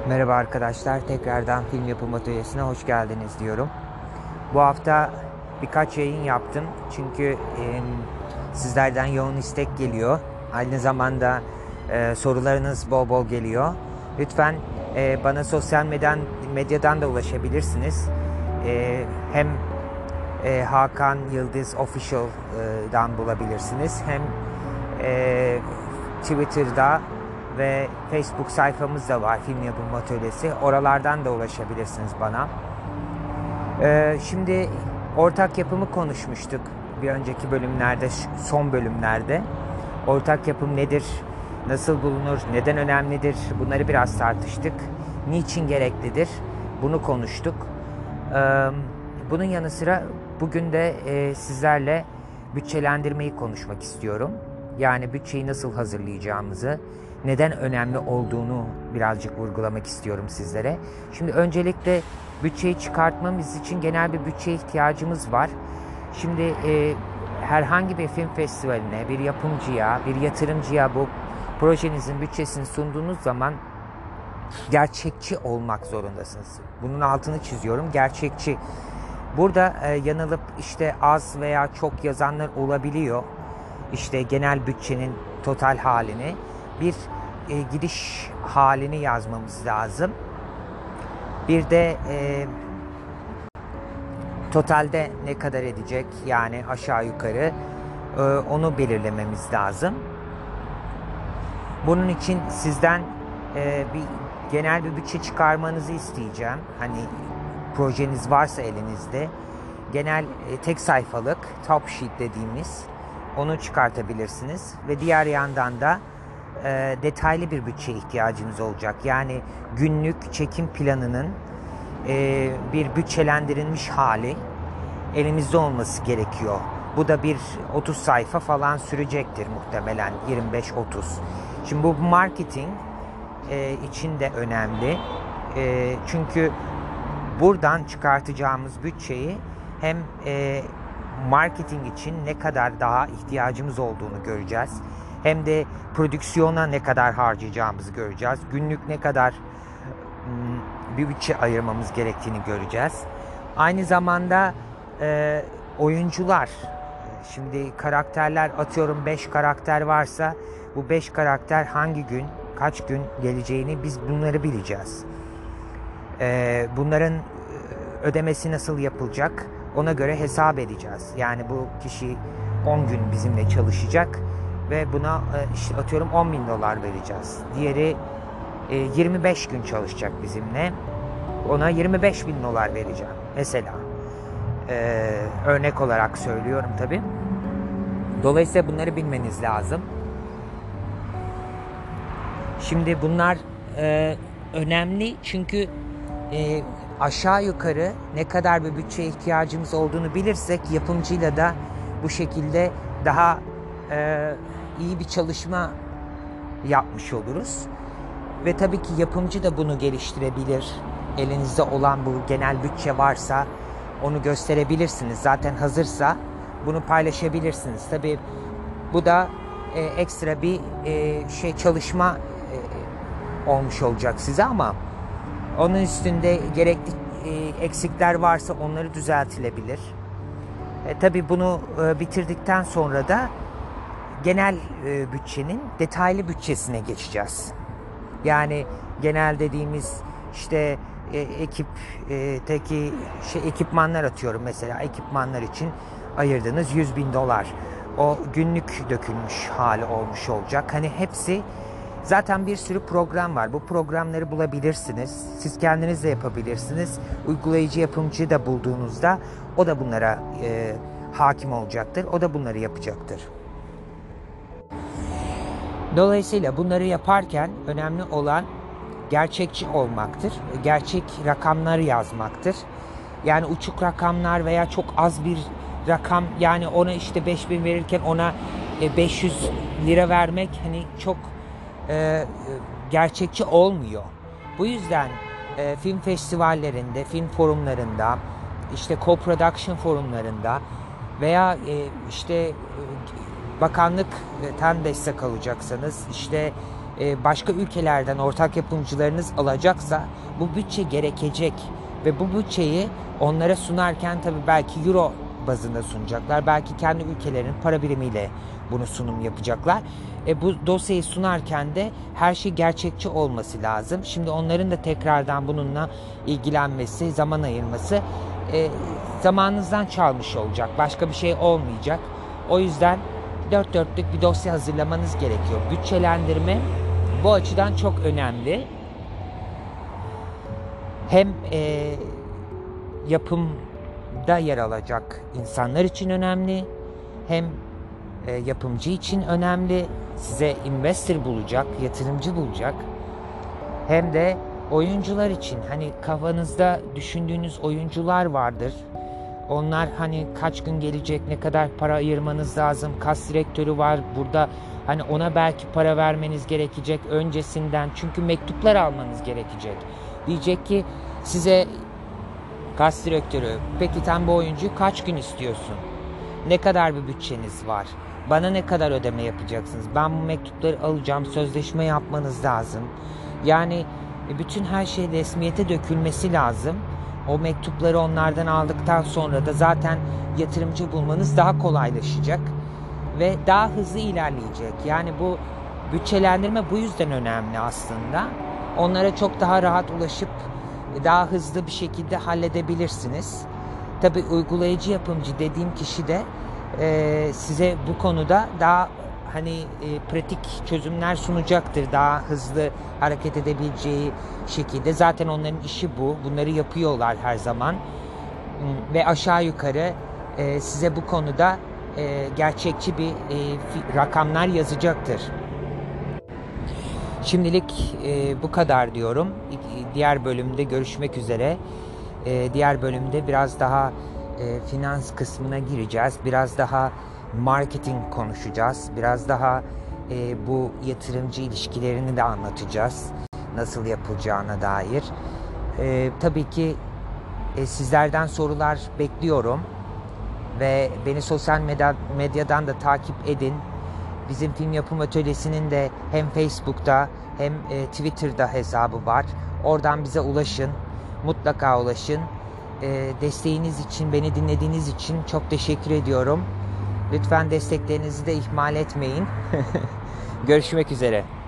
Merhaba arkadaşlar, tekrardan film yapım atölyesine hoş geldiniz diyorum. Bu hafta birkaç yayın yaptım çünkü sizlerden yoğun istek geliyor. Aynı zamanda sorularınız bol bol geliyor. Lütfen bana sosyal medyadan da ulaşabilirsiniz. Hem Hakan Yıldız Official'dan bulabilirsiniz, hem Twitter'da ve Facebook sayfamız da var, Film Yapım Atölyesi. Oralardan da ulaşabilirsiniz bana. Şimdi ortak yapımı konuşmuştuk bir önceki bölümlerde, son bölümlerde. Ortak yapım nedir? Nasıl bulunur? Neden önemlidir? Bunları biraz tartıştık. Niçin gereklidir? Bunu konuştuk. Bunun yanı sıra bugün de sizlerle bütçelendirmeyi konuşmak istiyorum. Yani bütçeyi nasıl hazırlayacağımızı, neden önemli olduğunu birazcık vurgulamak istiyorum sizlere. Şimdi öncelikle bütçeyi çıkartmamız için genel bir bütçeye ihtiyacımız var. Şimdi herhangi bir film festivaline, bir yapımcıya, bir yatırımcıya bu projenizin bütçesini sunduğunuz zaman gerçekçi olmak zorundasınız. Bunun altını çiziyorum, gerçekçi. Burada yanılıp işte az veya çok yazanlar olabiliyor. İşte genel bütçenin total halini, bir gidiş halini yazmamız lazım. Bir de totalde ne kadar edecek, yani aşağı yukarı onu belirlememiz lazım. Bunun için sizden bir genel bir bütçe çıkarmanızı isteyeceğim. Hani projeniz varsa elinizde genel tek sayfalık top sheet dediğimiz onu çıkartabilirsiniz ve diğer yandan da detaylı bir bütçeye ihtiyacınız olacak. Yani günlük çekim planının bir bütçelendirilmiş hali elimizde olması gerekiyor. Bu da bir 30 sayfa falan sürecektir muhtemelen, 25-30. Şimdi bu marketing için de önemli. Çünkü buradan çıkartacağımız bütçeyi hem marketing için ne kadar daha ihtiyacımız olduğunu göreceğiz. Hem de prodüksiyona ne kadar harcayacağımızı göreceğiz. Günlük ne kadar bir bütçe ayırmamız gerektiğini göreceğiz. Aynı zamanda oyuncular, şimdi karakterler, atıyorum 5 karakter varsa bu 5 karakter hangi gün, kaç gün geleceğini biz bunları bileceğiz. Bunların ödemesi nasıl yapılacak ona göre hesap edeceğiz. Yani bu kişi 10 gün bizimle çalışacak ve buna işte atıyorum $10.000 vereceğiz. Diğeri 25 gün çalışacak bizimle. Ona $25.000 vereceğim. Mesela örnek olarak söylüyorum tabii. Dolayısıyla bunları bilmeniz lazım. Şimdi bunlar önemli çünkü aşağı yukarı ne kadar bir bütçeye ihtiyacımız olduğunu bilirsek yapımcıyla da bu şekilde daha iyi bir çalışma yapmış oluruz. Ve tabii ki yapımcı da bunu geliştirebilir. Elinizde olan bu genel bütçe varsa onu gösterebilirsiniz. Zaten hazırsa bunu paylaşabilirsiniz. Tabii bu da ekstra bir çalışma olmuş olacak size, ama onun üstünde gerekli eksikler varsa onları düzeltilebilir. Tabii bunu bitirdikten sonra da genel bütçenin detaylı bütçesine geçeceğiz. Yani genel dediğimiz işte ekipteki ekipmanlar, atıyorum mesela ekipmanlar için ayırdığınız $100.000 o günlük dökülmüş hali olmuş olacak. Hani hepsi zaten, bir sürü program var. Bu programları bulabilirsiniz. Siz kendiniz de yapabilirsiniz. Uygulayıcı yapımcı da bulduğunuzda o da bunlara hakim olacaktır. O da bunları yapacaktır. Dolayısıyla bunları yaparken önemli olan gerçekçi olmaktır. Gerçek rakamları yazmaktır. Yani uçuk rakamlar veya çok az bir rakam, yani ona işte 5.000 verirken ona 500 lira vermek hani çok gerçekçi olmuyor. Bu yüzden film festivallerinde, film forumlarında, işte co-production forumlarında veya işte bakanlıktan destek alacaksanız, işte başka ülkelerden ortak yapımcılarınız alacaksa bu bütçe gerekecek ve bu bütçeyi onlara sunarken tabii belki euro bazında sunacaklar. Belki kendi ülkelerinin para birimiyle bunu sunum yapacaklar. Bu dosyayı sunarken de her şey gerçekçi olması lazım. Şimdi onların da tekrardan bununla ilgilenmesi, zaman ayırması zamanınızdan çalmış olacak. Başka bir şey olmayacak. O yüzden dört dörtlük bir dosya hazırlamanız gerekiyor. Bütçelendirme bu açıdan çok önemli. Hem yapımda yer alacak insanlar için önemli, hem yapımcı için önemli, size investor bulacak, yatırımcı bulacak, hem de oyuncular için. Hani kafanızda düşündüğünüz oyuncular vardır. Onlar hani kaç gün gelecek, ne kadar para ayırmanız lazım, kas direktörü var burada, hani ona belki para vermeniz gerekecek öncesinden, çünkü mektuplar almanız gerekecek. Diyecek ki size kas direktörü, peki sen bu oyuncuyu kaç gün istiyorsun? Ne kadar bir bütçeniz var? Bana ne kadar ödeme yapacaksınız? Ben bu mektupları alacağım, sözleşme yapmanız lazım. Yani bütün her şey resmiyete dökülmesi lazım. O mektupları onlardan aldıktan sonra da zaten yatırımcı bulmanız daha kolaylaşacak ve daha hızlı ilerleyecek. Yani bu bütçelendirme bu yüzden önemli aslında. Onlara çok daha rahat ulaşıp daha hızlı bir şekilde halledebilirsiniz. Tabii uygulayıcı yapımcı dediğim kişi de size bu konuda daha pratik çözümler sunacaktır. Daha hızlı hareket edebileceği şekilde. Zaten onların işi bu. Bunları yapıyorlar her zaman. Ve aşağı yukarı size bu konuda gerçekçi bir rakamlar yazacaktır. Şimdilik bu kadar diyorum. Diğer bölümde görüşmek üzere. Diğer bölümde biraz daha finans kısmına gireceğiz. Biraz daha marketing konuşacağız. Biraz daha bu yatırımcı ilişkilerini de anlatacağız. Nasıl yapılacağına dair. Tabii ki sizlerden sorular bekliyorum. Ve beni sosyal medyadan da takip edin. Bizim film yapım atölyesinin de hem Facebook'ta hem Twitter'da hesabı var. Oradan bize ulaşın. Mutlaka ulaşın. Desteğiniz için, beni dinlediğiniz için çok teşekkür ediyorum. Lütfen desteklerinizi de ihmal etmeyin. Görüşmek üzere.